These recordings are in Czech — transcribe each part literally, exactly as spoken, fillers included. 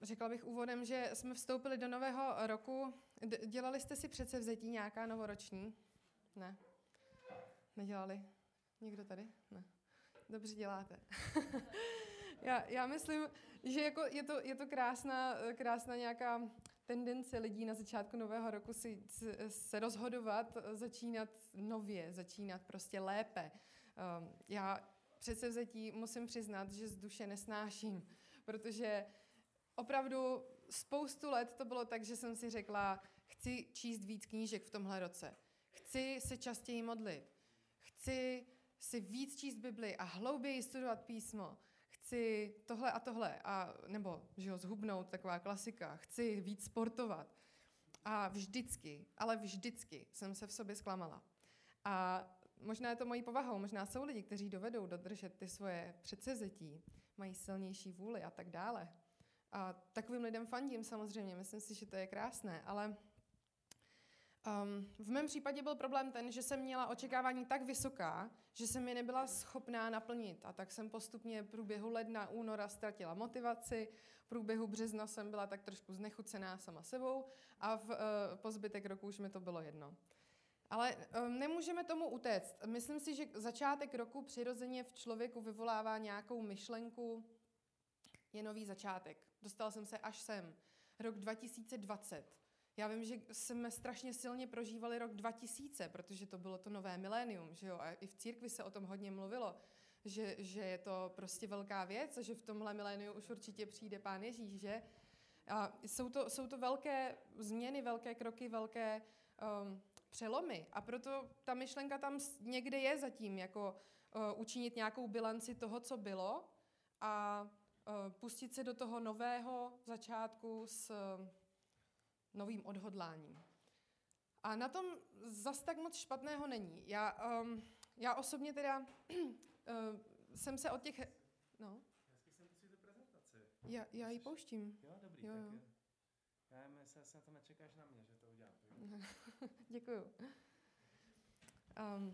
řekla bych úvodem, že jsme vstoupili do nového roku. D- dělali jste si předsevzetí nějaká novoroční? Ne. Nedělali? Někdo tady? Ne. Dobře děláte. já, já myslím, že jako je, to, je to krásná, krásná nějaká tendence lidí na začátku nového roku si, se rozhodovat, začínat nově, začínat prostě lépe. Um, já předsevzetí musím přiznat, že z duše nesnáším, protože opravdu spoustu let to bylo tak, že jsem si řekla, chci číst víc knížek v tomhle roce, chci se častěji modlit, chci si víc číst Bibli a hlouběji studovat písmo, chci tohle a tohle, a, nebo že ho zhubnout, taková klasika, chci víc sportovat. A vždycky, ale vždycky jsem se v sobě zklamala. A možná je to mojí povahou, možná jsou lidi, kteří dovedou dodržet ty svoje předsevzetí, mají silnější vůli a tak dále. A takovým lidem fandím samozřejmě, myslím si, že to je krásné, ale um, v mém případě byl problém ten, že jsem měla očekávání tak vysoká, že jsem je nebyla schopná naplnit. A tak jsem postupně v průběhu ledna, února ztratila motivaci, v průběhu března jsem byla tak trošku znechucená sama sebou a v, uh, po zbytek roku už mi to bylo jedno. Ale um, nemůžeme tomu utéct. Myslím si, že začátek roku přirozeně v člověku vyvolává nějakou myšlenku, je nový začátek. Dostal jsem se až sem. Rok dva tisíce dvacet. Já vím, že jsme strašně silně prožívali rok dva tisíce, protože to bylo to nové milénium, že jo? A i v církvi se o tom hodně mluvilo, že, že je to prostě velká věc a že v tomhle miléniu už určitě přijde Pán Ježíš, že? A jsou to, jsou to velké změny, velké kroky, velké um, přelomy. A proto ta myšlenka tam někde je zatím, jako uh, učinit nějakou bilanci toho, co bylo a uh, pustit se do toho nového začátku s uh, novým odhodláním. A na tom zas tak moc špatného není. Já, um, já osobně teda uh, jsem se od těch... No? Hezky jsem tu prezentaci. Já, já ji pouštím. Jo, dobrý, jo, tak jo. je. Já myslím, že se na to nečekáš na mě, že to udělám. Děkuju. Um,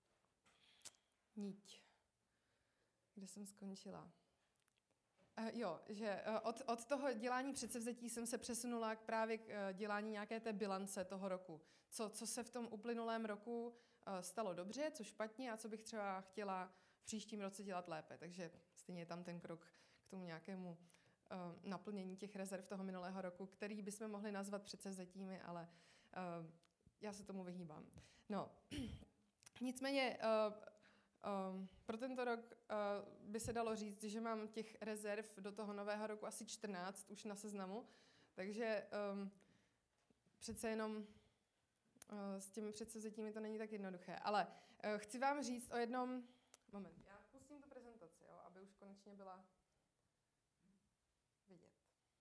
niť. Kde jsem skončila? Uh, jo, že uh, od, od toho dělání předsevzetí jsem se přesunula k právě k uh, dělání nějaké té bilance toho roku. Co, co se v tom uplynulém roku uh, stalo dobře, co špatně a co bych třeba chtěla v příštím roce dělat lépe. Takže stejně je tam ten krok k tomu nějakému uh, naplnění těch rezerv toho minulého roku, který bychom mohli nazvat předsevzetími, ale uh, já se tomu vyhýbám. No, nicméně uh, Um, pro tento rok uh, by se dalo říct, že mám těch rezerv do toho nového roku asi čtrnáct už na seznamu, takže um, přece jenom uh, s těmi předsevzetími to není tak jednoduché. Ale uh, chci vám říct o jednom... Moment, já pustím tu prezentaci, jo, aby už konečně byla vidět.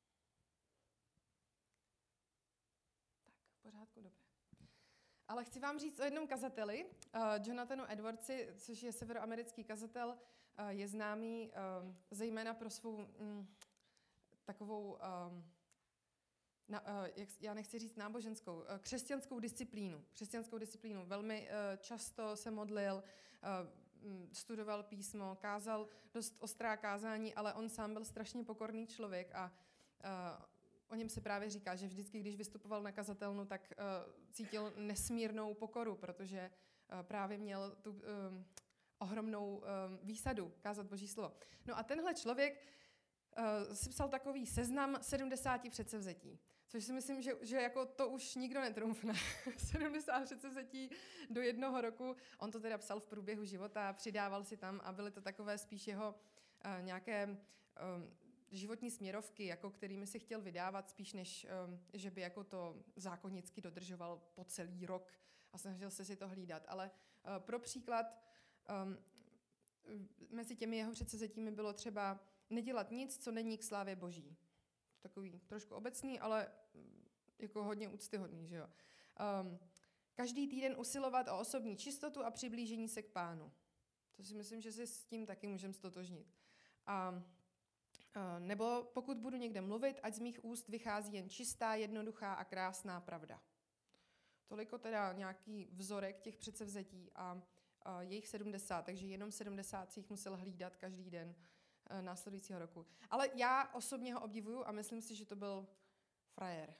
Tak, v pořádku, dobré. Ale chci vám říct o jednom kazateli, uh, Jonathanu Edwardsi, což je severoamerický kazatel, uh, je známý uh, zejména pro svou um, takovou, um, na, uh, jak, já nechci říct náboženskou, uh, křesťanskou disciplínu. Křesťanskou disciplínu. Velmi uh, často se modlil, uh, studoval písmo, kázal dost ostrá kázání, ale on sám byl strašně pokorný člověk a uh, o něm se právě říká, že vždycky, když vystupoval na kazatelnu, tak uh, cítil nesmírnou pokoru, protože uh, právě měl tu um, ohromnou um, výsadu kázat Boží slovo. No a tenhle člověk uh, si psal takový seznam sedmdesáti předsevzetí, což si myslím, že, že jako to už nikdo netrumfne. sedmdesát předsevzetí do jednoho roku. On to teda psal v průběhu života, přidával si tam a byly to takové spíš jeho uh, nějaké... Um, životní směrovky, jako kterými si chtěl vydávat, spíš než, um, že by jako to zákonicky dodržoval po celý rok a snažil se si to hlídat. Ale uh, pro příklad, um, mezi těmi jeho předsevzetími bylo třeba nedělat nic, co není k slávě Boží. Takový trošku obecný, ale jako hodně úctyhodný, že jo. Um, každý týden usilovat o osobní čistotu a přiblížení se k Pánu. To si myslím, že si s tím taky můžeme stotožnit. A nebo pokud budu někde mluvit, ať z mých úst vychází jen čistá, jednoduchá a krásná pravda. Toliko teda nějaký vzorek těch předsevzetí a, a jejich sedmdesát, takže jenom sedmdesát si jich musel hlídat každý den uh, následujícího roku. Ale já osobně ho obdivuju a myslím si, že to byl frajer.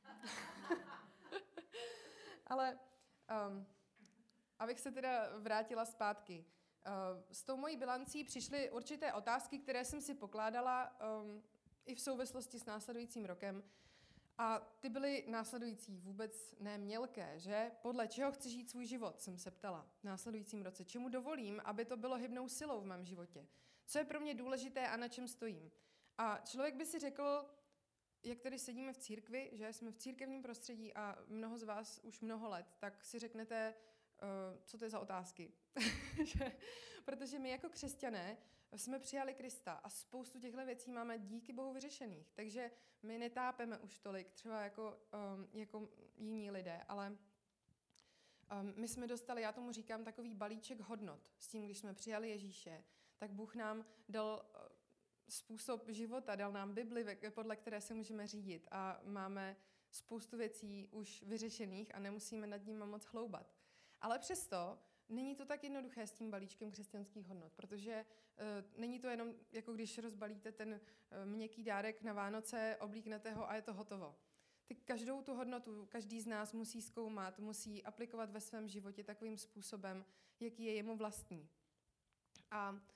Ale um, abych se teda vrátila zpátky. Uh, s tou mojí bilancí přišly určité otázky, které jsem si pokládala um, i v souvislosti s následujícím rokem. A ty byly následující, vůbec ne mělké, že? Podle čeho chci žít svůj život, jsem se ptala v následujícím roce. Čemu dovolím, aby to bylo hybnou silou v mém životě? Co je pro mě důležité a na čem stojím? A člověk by si řekl, jak tady sedíme v církvi, že jsme v církevním prostředí a mnoho z vás už mnoho let, tak si řeknete, uh, co to je za otázky. Protože my jako křesťané jsme přijali Krista a spoustu těchto věcí máme díky Bohu vyřešených. Takže my netápeme už tolik, třeba jako, um, jako jiní lidé, ale um, my jsme dostali, já tomu říkám, takový balíček hodnot. S tím, když jsme přijali Ježíše, tak Bůh nám dal uh, způsob života, dal nám Bibli, podle které se můžeme řídit a máme spoustu věcí už vyřešených a nemusíme nad nimi moc hloubat. Ale přesto není to tak jednoduché s tím balíčkem křesťanských hodnot, protože uh, není to jenom, jako když rozbalíte ten uh, měkký dárek na Vánoce, oblíknete ho a je to hotovo. Ty každou tu hodnotu, každý z nás musí zkoumat, musí aplikovat ve svém životě takovým způsobem, jaký je jemu vlastní. A uh,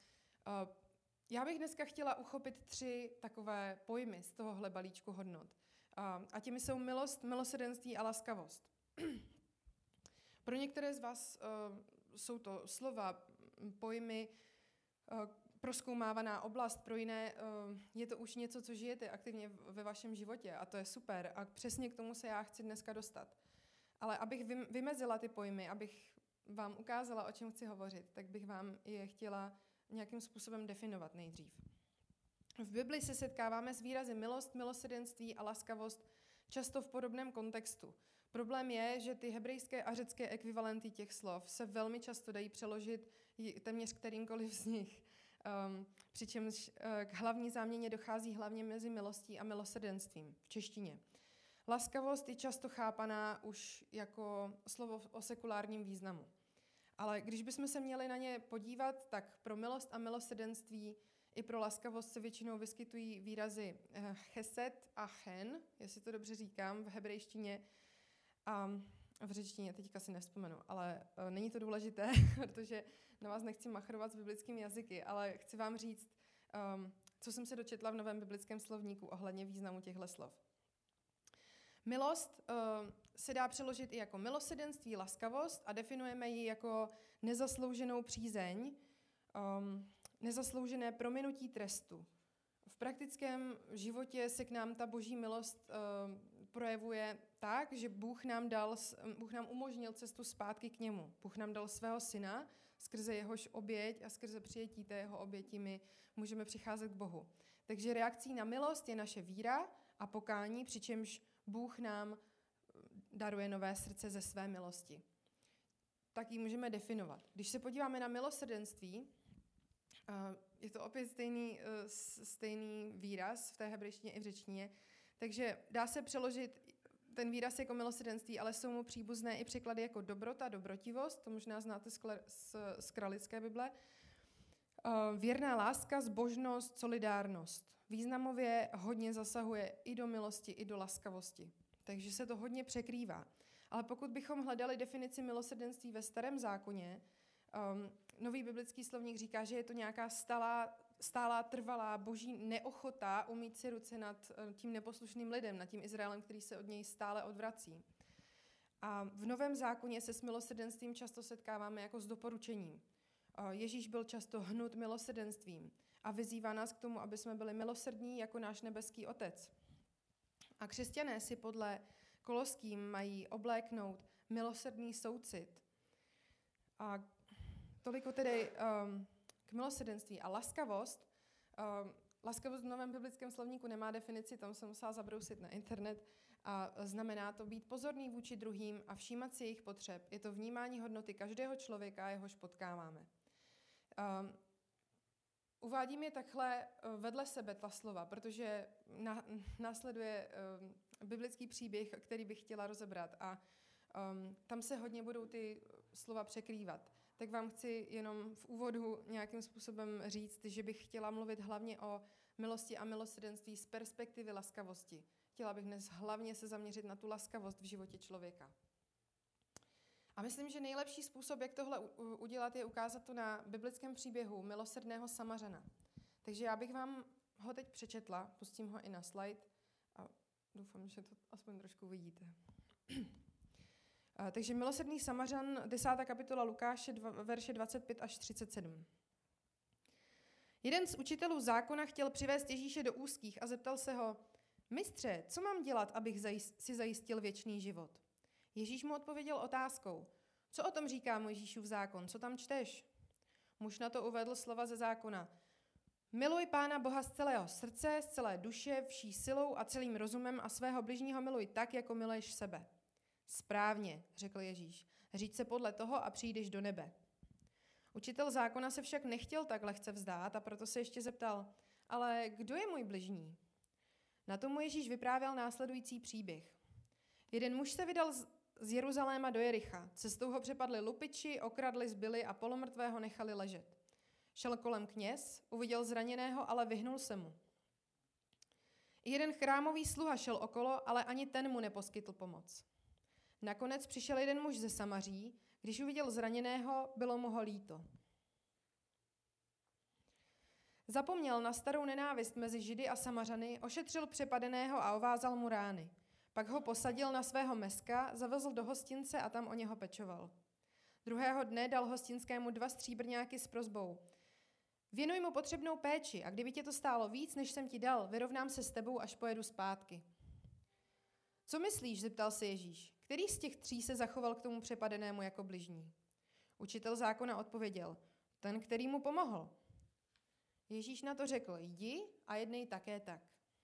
já bych dneska chtěla uchopit tři takové pojmy z tohohle balíčku hodnot. Uh, a těmi jsou milost, milosrdenství a laskavost. Pro některé z vás uh, jsou to slova, pojmy, uh, prozkoumávaná oblast, pro jiné uh, je to už něco, co žijete aktivně ve vašem životě a to je super a přesně k tomu se já chci dneska dostat. Ale abych vymezila ty pojmy, abych vám ukázala, o čem chci hovořit, tak bych vám je chtěla nějakým způsobem definovat nejdřív. V Bibli se setkáváme s výrazy milost, milosrdenství a laskavost často v podobném kontextu. Problém je, že ty hebrejské a řecké ekvivalenty těch slov se velmi často dají přeložit téměř kterýmkoliv z nich. Um, přičemž uh, k hlavní záměně dochází hlavně mezi milostí a milosrdenstvím v češtině. Laskavost je často chápaná už jako slovo o sekulárním významu. Ale když bychom se měli na ně podívat, tak pro milost a milosrdenství i pro laskavost se většinou vyskytují výrazy uh, chesed a chen, jestli to dobře říkám, v hebrejštině a v řečtině, teďka si nevzpomenu, ale uh, není to důležité, protože na vás nechci machrovat s biblickými jazyky, ale chci vám říct, um, co jsem se dočetla v Novém biblickém slovníku ohledně významu těchto slov. Milost uh, se dá přeložit i jako milosrdenství, laskavost a definujeme ji jako nezaslouženou přízeň, um, nezasloužené prominutí trestu. V praktickém životě se k nám ta boží milost uh, projevuje tak, že Bůh nám, dal, Bůh nám umožnil cestu zpátky k němu. Bůh nám dal svého syna, skrze jehož oběť a skrze přijetí té jeho oběti my můžeme přicházet k Bohu. Takže reakcí na milost je naše víra a pokání, přičemž Bůh nám daruje nové srdce ze své milosti. Tak ji můžeme definovat. Když se podíváme na milosrdenství, je to opět stejný, stejný výraz v té hebrejštině i v řečtině, takže dá se přeložit ten výraz jako milosrdenství, ale jsou mu příbuzné i překlady jako dobrota, dobrotivost, to možná znáte z, z, z kralické Bible, uh, věrná láska, zbožnost, solidárnost. Významově hodně zasahuje i do milosti, i do laskavosti. Takže se to hodně překrývá. Ale pokud bychom hledali definici milosrdenství ve Starém zákoně, um, nový biblický slovník říká, že je to nějaká stálá, stálá, trvalá boží neochota umýt si ruce nad tím neposlušným lidem, nad tím Izraelem, který se od něj stále odvrací. A v Novém zákoně se s milosrdenstvím často setkáváme jako s doporučením. Ježíš byl často hnut milosrdenstvím a vyzývá nás k tomu, aby jsme byli milosrdní jako náš nebeský Otec. A křesťané si podle Koloským mají obléknout milosrdný soucit. A toliko tedy um, k milosrdenství. A laskavost, um, laskavost v Novém biblickém slovníku nemá definici, tam jsem musela zabrousit na internet, a znamená to být pozorný vůči druhým a všímat si jejich potřeb. Je to vnímání hodnoty každého člověka, jehož potkáváme. Um, uvádím je takhle vedle sebe ta slova, protože na, následuje um, biblický příběh, který bych chtěla rozebrat a um, tam se hodně budou ty slova překrývat. tak vám chci jenom v úvodu nějakým způsobem říct, že bych chtěla mluvit hlavně o milosti a milosrdenství z perspektivy laskavosti. Chtěla bych dnes hlavně se zaměřit na tu laskavost v životě člověka. A myslím, že nejlepší způsob, jak tohle udělat, je ukázat to na biblickém příběhu milosrdného Samařana. Takže já bych vám ho teď přečetla, pustím ho i na slide a doufám, že to aspoň trošku vidíte. Takže milosrdný Samařan, desátá kapitola Lukáše, dva, verše dvacet pět až třicet sedm. Jeden z učitelů zákona chtěl přivést Ježíše do úzkých a zeptal se ho: Mistře, co mám dělat, abych si zajistil věčný život? Ježíš mu odpověděl otázkou: Co o tom říká Mojžíšův zákon? Co tam čteš? Muž na to uvedl slova ze zákona: Miluj Pána Boha z celého srdce, z celé duše, vší silou a celým rozumem a svého bližního miluj tak, jako miluješ sebe. Správně, řekl Ježíš, říď se podle toho a přijdeš do nebe. Učitel zákona se však nechtěl tak lehce vzdát a proto se ještě zeptal: Ale kdo je můj bližní? Na tomu Ježíš vyprávěl následující příběh. Jeden muž se vydal z Jeruzaléma do Jericha. Cestou ho přepadli lupiči, okradli, zbili a polomrtvého nechali ležet. Šel kolem kněz, uviděl zraněného, ale vyhnul se mu. I jeden chrámový sluha šel okolo, ale ani ten mu neposkytl pomoc. Nakonec přišel jeden muž ze Samaří, když uviděl zraněného, bylo mu ho líto. Zapomněl na starou nenávist mezi Židy a Samařany, ošetřil přepadeného a ovázal mu rány. Pak ho posadil na svého meska, zavezl do hostince a tam o něho pečoval. Druhého dne dal hostinskému dva stříbrňáky s prosbou: Věnuj mu potřebnou péči a kdyby tě to stálo víc, než jsem ti dal, vyrovnám se s tebou, až pojedu zpátky. Co myslíš, zeptal se Ježíš, který z těch tří se zachoval k tomu přepadenému jako bližní? Učitel zákona odpověděl: Ten, který mu pomohl. Ježíš na to řekl: Jdi a jednej také tak.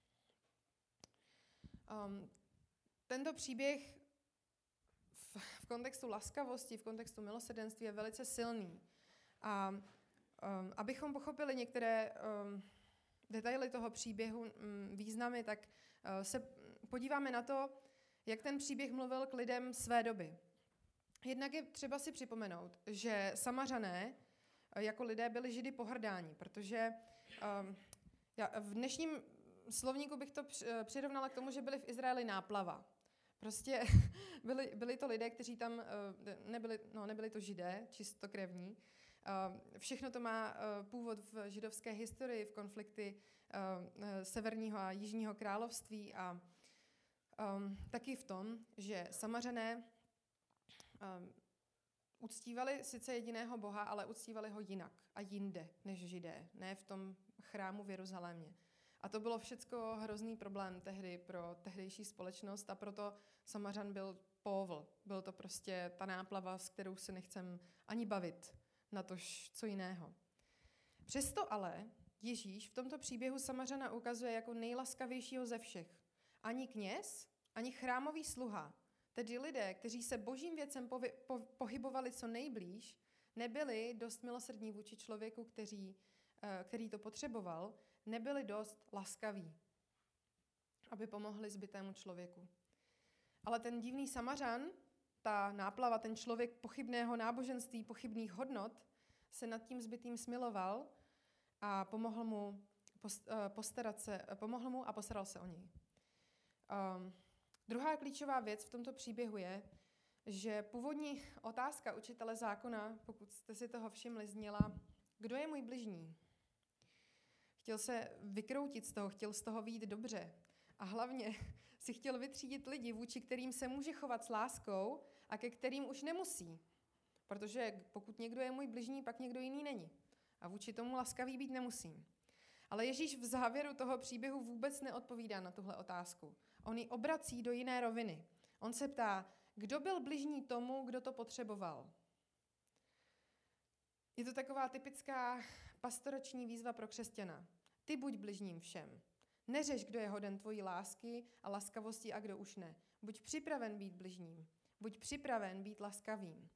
Um, tento příběh v, v kontextu laskavosti, v kontextu milosrdenství je velice silný. A um, abychom pochopili některé um, detaily toho příběhu, um, významy, tak uh, se podíváme na to, jak ten příběh mluvil k lidem své doby. Jednak je třeba si připomenout, že Samařané jako lidé byli Židy pohrdáni, protože um, já v dnešním slovníku bych to přirovnala k tomu, že byli v Izraeli náplava. Prostě byli, byli to lidé, kteří tam nebyli, no, nebyli to Židé, čistokrevní. Všechno to má původ v židovské historii, v konflikty severního a jižního království a um, taky v tom, že Samařané um, uctívali sice jediného Boha, ale uctívali ho jinak a jinde než Židé, ne v tom chrámu v Jeruzalémě. A to bylo všecko hrozný problém tehdy pro tehdejší společnost a proto Samařan byl póvl. Byl to prostě ta náplava, s kterou se nechcem ani bavit, natož co jiného. Přesto ale Ježíš v tomto příběhu Samařana ukazuje jako nejlaskavějšího ze všech. Ani kněz, ani chrámový sluha, tedy lidé, kteří se božím věcem povy, po, pohybovali co nejblíž, nebyli dost milosrdní vůči člověku, který, který to potřeboval, nebyli dost laskaví, aby pomohli zbitému člověku. Ale ten divný Samařan, ta náplava, ten člověk pochybného náboženství, pochybných hodnot, se nad tím zbitým smiloval a pomohl mu postarat se, pomohl mu a postaral se o něj. Um, druhá klíčová věc v tomto příběhu je, že původní otázka učitele zákona, pokud jste si toho všimli, zněla: Kdo je můj bližní? Chtěl se vykroutit z toho, chtěl z toho vyjít dobře. A hlavně si chtěl vytřídit lidi, vůči kterým se může chovat s láskou a ke kterým už nemusí. Protože pokud někdo je můj bližní, pak někdo jiný není. A vůči tomu laskavý být nemusím. Ale Ježíš v závěru toho příběhu vůbec neodpovídá na tuhle otázku. On ji obrací do jiné roviny. On se ptá, kdo byl bližní tomu, kdo to potřeboval. Je to taková typická pastorační výzva pro křesťana. Ty buď bližním všem. Neřeš, kdo je hoden tvojí lásky a laskavosti a kdo už ne. Buď připraven být bližním. Buď připraven být laskavým.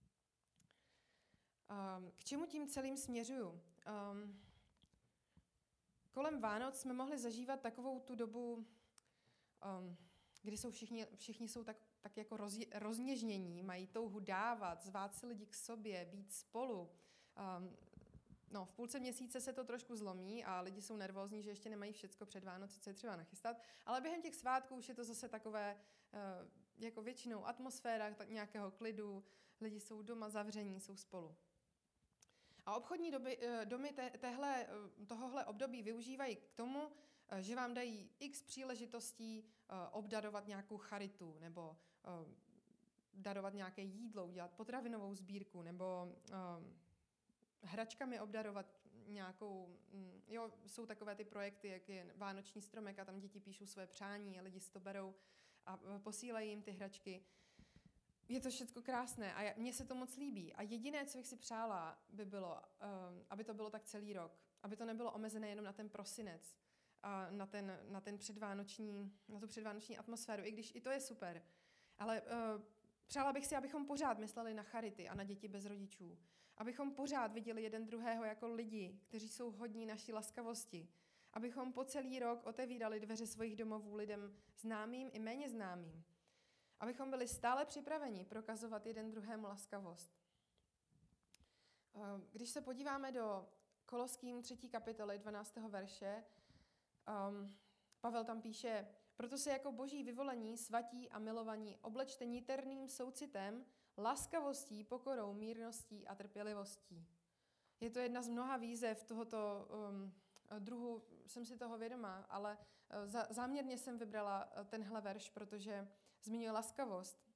Um, k čemu tím celým směřuju? Um, kolem Vánoc jsme mohli zažívat takovou tu dobu, um, kdy jsou všichni, všichni jsou tak tak jako roz, rozněžnění, mají touhu dávat, zvát si lidi k sobě, být spolu. Um, no, v půlce měsíce se to trošku zlomí a lidi jsou nervózní, že ještě nemají všecko před Vánoci, co je třeba nachystat, ale během těch svátků už je to zase takové uh, jako většinou atmosféra tak nějakého klidu, lidi jsou doma zavření, jsou spolu. A obchodní doby, domy te, tehle, tohohle období využívají k tomu, že vám dají x příležitostí obdarovat nějakou charitu nebo darovat nějaké jídlo, udělat potravinovou sbírku nebo hračkami obdarovat nějakou, jo, jsou takové ty projekty, jak je Vánoční stromek a tam děti píšou své přání a lidi si to berou a posílají jim ty hračky. Je to všechno krásné a mně se to moc líbí. A jediné, co bych si přála, by bylo, um, aby to bylo tak celý rok. Aby to nebylo omezené jenom na ten prosinec a na, ten, na, ten předvánoční, na tu předvánoční atmosféru, i když i to je super. Ale uh, přála bych si, abychom pořád mysleli na charity a na děti bez rodičů. Abychom pořád viděli jeden druhého jako lidi, kteří jsou hodní naší laskavosti. Abychom po celý rok otevírali dveře svých domovů lidem známým i méně známým. Abychom byli stále připraveni prokazovat jeden druhému laskavost. Když se podíváme do Koloským třetí kapitoly dvanáctého verše, um, Pavel tam píše, proto se jako boží vyvolení, svatí a milovaní oblečte niterným soucitem, laskavostí, pokorou, mírností a trpělivostí. Je to jedna z mnoha výzev tohoto um, druhu, jsem si toho vědomá, ale uh, za, záměrně jsem vybrala uh, tenhle verš, protože zmiňuje laskavost.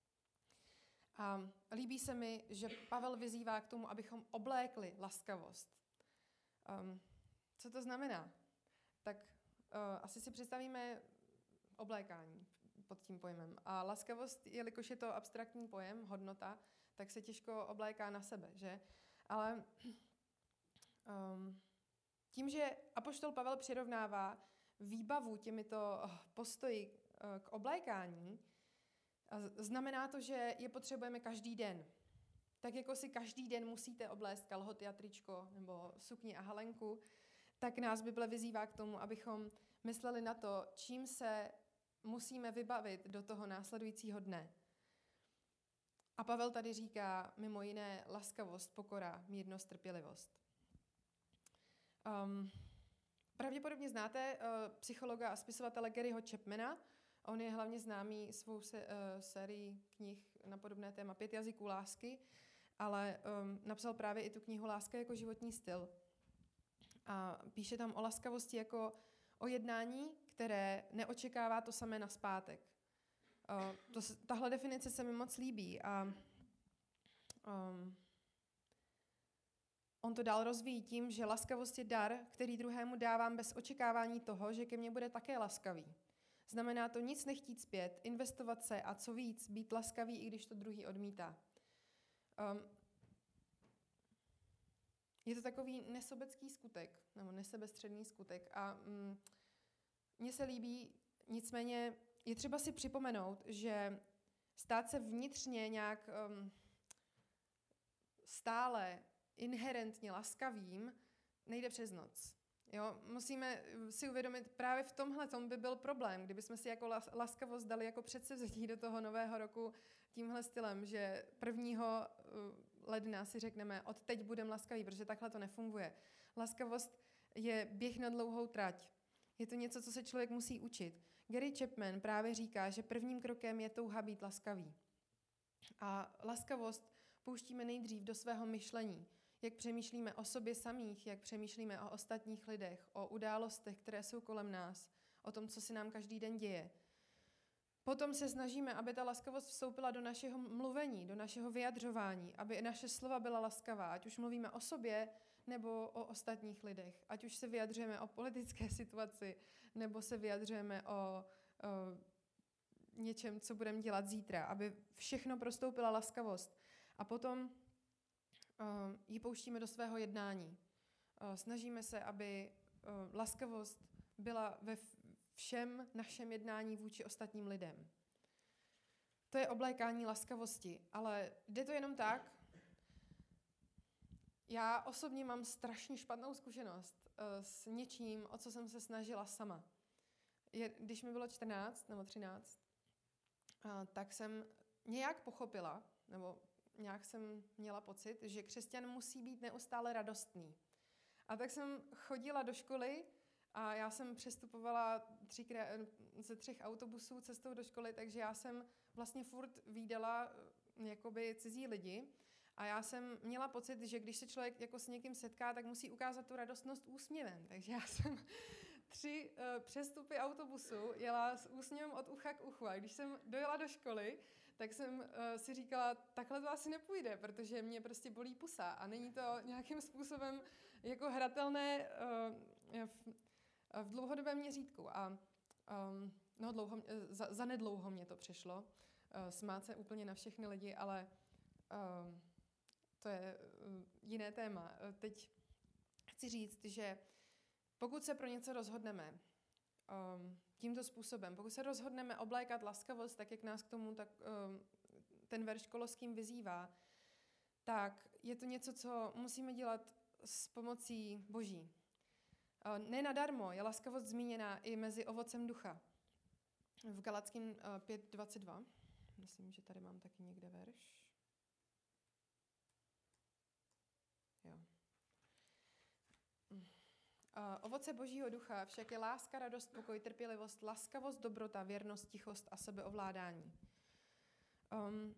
A líbí se mi, že Pavel vyzývá k tomu, abychom oblékli laskavost. Um, co to znamená? Tak uh, asi si představíme oblékání pod tím pojmem. A laskavost, jelikož je to abstraktní pojem, hodnota, tak se těžko obléká na sebe, že? Ale um, tím, že apoštol Pavel přirovnává výbavu těmito postoji k oblékání, znamená to, že je potřebujeme každý den. Tak jako si každý den musíte oblézt kalhoty a tričko nebo sukni a halenku, tak nás Bible vyzývá k tomu, abychom mysleli na to, čím se musíme vybavit do toho následujícího dne. A Pavel tady říká mimo jiné laskavost, pokora, mírnost, trpělivost. Um, pravděpodobně znáte uh, psychologa a spisovatele Garyho Chapmana. On je hlavně známý svou se, uh, sérií knih na podobné téma Pět jazyků lásky, ale um, napsal právě i tu knihu Láska jako životní styl. A píše tam o laskavosti jako o jednání, které neočekává to samé nazpátek. Uh, to, tahle definice se mi moc líbí a um, on to dál rozvíjí tím, že laskavost je dar, který druhému dávám bez očekávání toho, že ke mně bude také laskavý. Znamená to nic nechtít zpět, investovat se a co víc, být laskavý, i když to druhý odmítá. Um, je to takový nesobecký skutek, nebo nesebestředný skutek a um, mně se líbí, nicméně je třeba si připomenout, že stát se vnitřně nějak um, stále inherentně laskavým nejde přes noc. Jo? Musíme si uvědomit, právě v tomhle tom by byl problém, kdybychom si jako laskavost dali jako předsevzetí do toho nového roku tímhle stylem, že prvního ledna si řekneme, od teď budeme laskaví, protože takhle to nefunguje. Laskavost je běh na dlouhou trať. Je to něco, co se člověk musí učit. Gary Chapman právě říká, že prvním krokem je touha být laskavý. A laskavost pouštíme nejdřív do svého myšlení. Jak přemýšlíme o sobě samých, jak přemýšlíme o ostatních lidech, o událostech, které jsou kolem nás, o tom, co se nám každý den děje. Potom se snažíme, aby ta laskavost vstoupila do našeho mluvení, do našeho vyjadřování, aby naše slova byla laskavá, ať už mluvíme o sobě, nebo o ostatních lidech. Ať už se vyjadřujeme o politické situaci, nebo se vyjadřujeme o, o něčem, co budeme dělat zítra, aby všechno prostoupila laskavost. A potom uh, ji pouštíme do svého jednání. Uh, snažíme se, aby uh, laskavost byla ve všem našem jednání vůči ostatním lidem. To je oblékání laskavosti, ale jde to jenom tak. Já osobně mám strašně špatnou zkušenost uh, s něčím, o co jsem se snažila sama. Je, když mi bylo čtrnáct nebo třináct, tak jsem nějak pochopila, nebo nějak jsem měla pocit, že křesťan musí být neustále radostný. A tak jsem chodila do školy a já jsem přestupovala třikrát, ze třech autobusů cestou do školy, takže já jsem vlastně furt vídala jakoby cizí lidi a já jsem měla pocit, že když se člověk jako s někým setká, tak musí ukázat tu radostnost úsměvem. Takže já jsem tři uh, přestupy autobusu jela s úsměvem od ucha k uchu. A když jsem dojela do školy, tak jsem uh, si říkala, takhle to asi nepůjde, protože mě prostě bolí pusa a není to nějakým způsobem jako hratelné uh, v, v dlouhodobém měřítku. A um, no, dlouho, za, za nedlouho mě to přišlo. Uh, smát se úplně na všechny lidi, ale um, to je uh, jiné téma. Uh, teď chci říct, že pokud se pro něco rozhodneme um, tímto způsobem, pokud se rozhodneme oblékat laskavost, tak jak nás k tomu tak, um, ten verš Koloským vyzývá, tak je to něco, co musíme dělat s pomocí Boží. Uh, ne nadarmo je laskavost zmíněna i mezi ovocem ducha. V Galackým uh, pět dvacet dva. Myslím, že tady mám taky někde verš. Jo. Uh, ovoce Božího ducha však je láska, radost, pokoj, trpělivost, laskavost, dobrota, věrnost, tichost a sebeovládání. Um,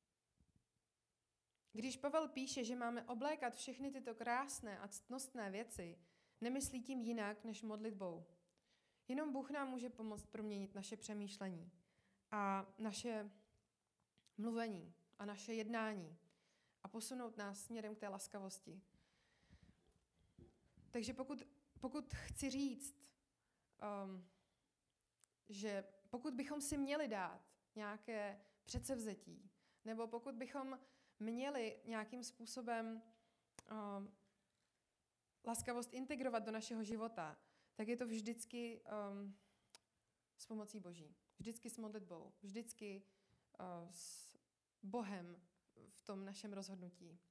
když Pavel píše, že máme oblékat všechny tyto krásné a ctnostné věci, nemyslí tím jinak než modlitbou. Jenom Bůh nám může pomoct proměnit naše přemýšlení a naše mluvení a naše jednání a posunout nás směrem k té laskavosti. Takže pokud, pokud chci říct, um, že pokud bychom si měli dát nějaké předsevzetí, nebo pokud bychom měli nějakým způsobem um, laskavost integrovat do našeho života, tak je to vždycky um, s pomocí Boží. Vždycky s modlitbou. Vždycky uh, s Bohem v tom našem rozhodnutí.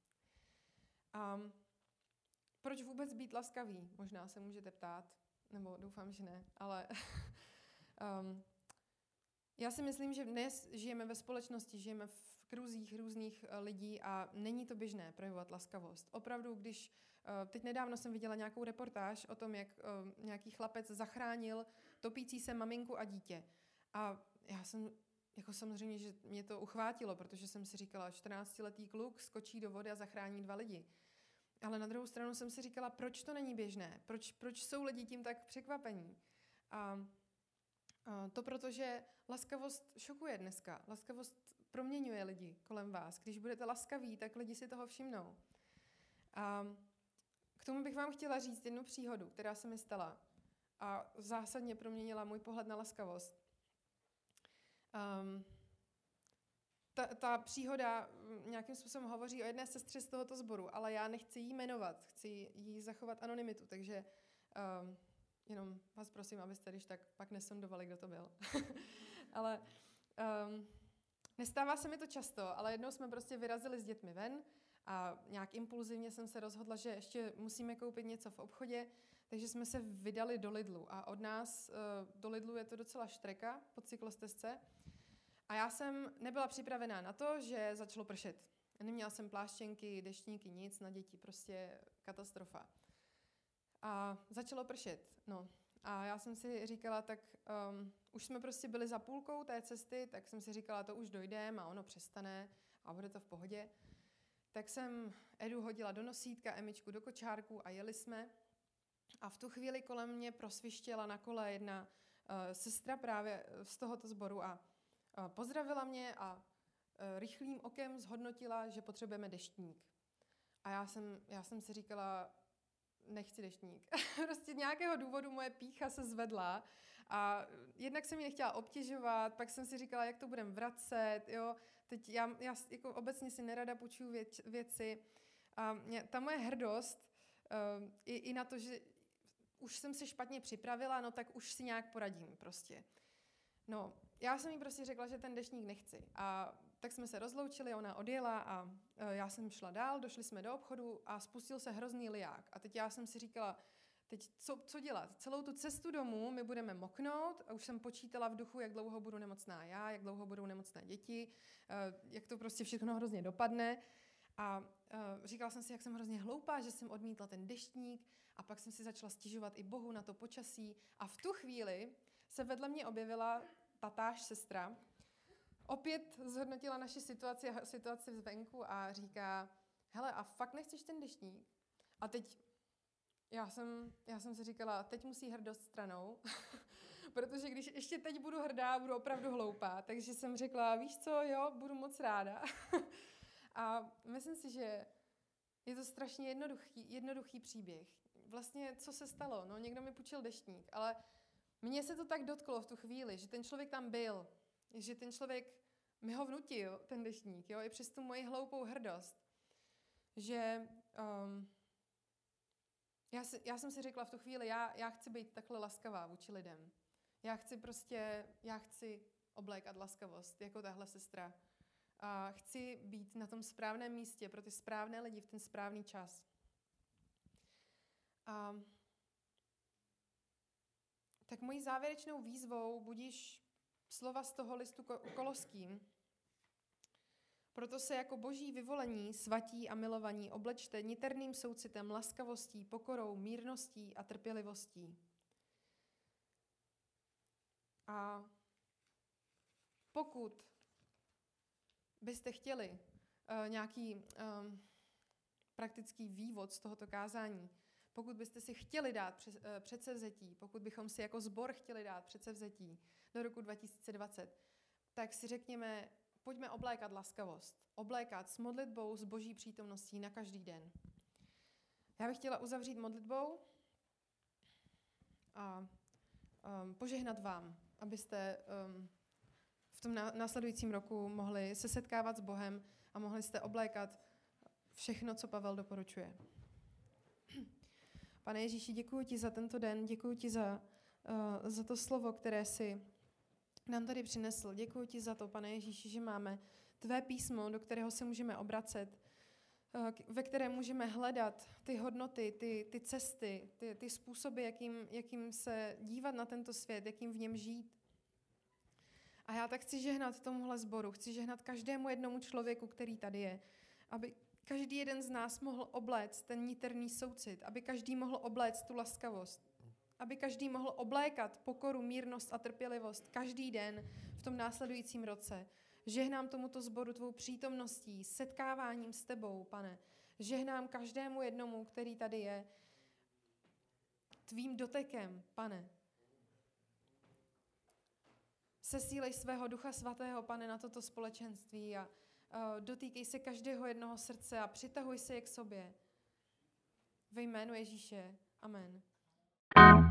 Um, proč vůbec být laskavý? Možná se můžete ptát, nebo doufám, že ne, ale um, já si myslím, že dnes žijeme ve společnosti, žijeme v kruzích různých lidí a není to běžné projevovat laskavost. Opravdu, když teď nedávno jsem viděla nějakou reportáž o tom, jak nějaký chlapec zachránil topící se maminku a dítě. A já jsem, jako samozřejmě, že mě to uchvátilo, protože jsem si říkala, čtrnáctiletý kluk skočí do vody a zachrání dva lidi. Ale na druhou stranu jsem si říkala, proč to není běžné? Proč, proč jsou lidi tím tak překvapení? A, a to proto, že laskavost šokuje dneska. Laskavost proměňuje lidi kolem vás. Když budete laskaví, tak lidi si toho všimnou. A k tomu bych vám chtěla říct jednu příhodu, která se mi stala a zásadně proměnila můj pohled na laskavost. Um, ta, ta příhoda nějakým způsobem hovoří o jedné sestře z tohoto sboru, ale já nechci jí jmenovat, chci jí zachovat anonymitu, takže um, jenom vás prosím, abyste když tak pak nesondovali, kdo to byl. ale um, nestává se mi to často, ale jednou jsme prostě vyrazili s dětmi ven a nějak impulzivně jsem se rozhodla, že ještě musíme koupit něco v obchodě, takže jsme se vydali do Lidlu a od nás do Lidlu je to docela štreka po cyklostezce a já jsem nebyla připravená na to, že začalo pršet. Neměla jsem pláštěnky, deštníky, nic na děti, prostě katastrofa. A začalo pršet, no. A já jsem si říkala, tak um, už jsme prostě byli za půlkou té cesty, tak jsem si říkala, to už dojdeme a ono přestane a bude to v pohodě. Tak jsem Edu hodila do nosítka, Emičku do kočárku a jeli jsme. A v tu chvíli kolem mě prosvištěla na kole jedna uh, sestra právě z tohoto sboru a uh, pozdravila mě a uh, rychlým okem zhodnotila, že potřebujeme deštník. A já jsem, já jsem si říkala, nechci deštník. Prostě z nějakého důvodu moje pýcha se zvedla a jednak jsem ji nechtěla obtěžovat, pak jsem si říkala, jak to budeme vracet, jo. Teď já, já jako obecně si nerada půjčuju věc, věci a mě, ta moje hrdost uh, i, i na to, že už jsem se špatně připravila, no tak už si nějak poradím prostě. No, já jsem jí prostě řekla, že ten deštník nechci a tak jsme se rozloučili, ona odjela a uh, já jsem šla dál, došli jsme do obchodu a spustil se hrozný liják. A teď já jsem si říkala, teď co, co dělat? Celou tu cestu domů my budeme moknout a už jsem počítala v duchu, jak dlouho budu nemocná já, jak dlouho budou nemocné děti, jak to prostě všechno hrozně dopadne. A říkala jsem si, jak jsem hrozně hloupá, že jsem odmítla ten deštník a pak jsem si začala stěžovat i Bohu na to počasí. A v tu chvíli se vedle mě objevila tatáž sestra. Opět zhodnotila naši situaci, situaci zvenku a říká, hele, a fakt nechceš ten deštník? A teď já jsem, já jsem si říkala, teď musí hrdost stranou, protože když ještě teď budu hrdá, budu opravdu hloupá. Takže jsem řekla, víš co, jo, budu moc ráda. A myslím si, že je to strašně jednoduchý, jednoduchý příběh. Vlastně, co se stalo? No, někdo mi půjčil deštník, ale mně se to tak dotklo v tu chvíli, že ten člověk tam byl, že ten člověk mi ho vnutil, ten deštník, jo, i přes tu moji hloupou hrdost. Že um, já, si, já jsem si řekla v tu chvíli, já, já chci být takhle laskavá vůči lidem. Já chci prostě, já chci oblékat laskavost, jako tahle sestra. A chci být na tom správném místě pro ty správné lidi v ten správný čas. A tak mojí závěrečnou výzvou budíš slova z toho listu Koloským. Proto se jako boží vyvolení, svatí a milovaní oblečte niterným soucitem, laskavostí, pokorou, mírností a trpělivostí. A pokud byste chtěli uh, nějaký um, praktický vývod z tohoto kázání, pokud byste si chtěli dát přes, uh, předsevzetí, pokud bychom si jako sbor chtěli dát předsevzetí do roku dva tisíce dvacet, tak si řekněme, pojďme oblékat laskavost. Oblékat s modlitbou, s boží přítomností na každý den. Já bych chtěla uzavřít modlitbou a um, požehnat vám, abyste um, v tom následujícím roku mohli se setkávat s Bohem a mohli jste oblékat všechno, co Pavel doporučuje. Pane Ježíši, děkuji ti za tento den, děkuji ti za, uh, za to slovo, které jsi nám tady přinesl. Děkuji ti za to, Pane Ježíši, že máme tvé písmo, do kterého se můžeme obracet, uh, ve kterém můžeme hledat ty hodnoty, ty, ty cesty, ty, ty způsoby, jakým, jakým se dívat na tento svět, jakým v něm žít. A já tak chci žehnat tomuhle sboru, chci žehnat každému jednomu člověku, který tady je, aby každý jeden z nás mohl obléct ten niterný soucit, aby každý mohl obléct tu laskavost, aby každý mohl oblékat pokoru, mírnost a trpělivost každý den v tom následujícím roce. Žehnám tomuto sboru tvou přítomností, setkáváním s tebou, Pane. Žehnám každému jednomu, který tady je, tvým dotekem, Pane. Sesílej svého Ducha Svatého, Pane, na toto společenství a uh, dotýkej se každého jednoho srdce a přitahuj se je k sobě. Ve jménu Ježíše. Amen.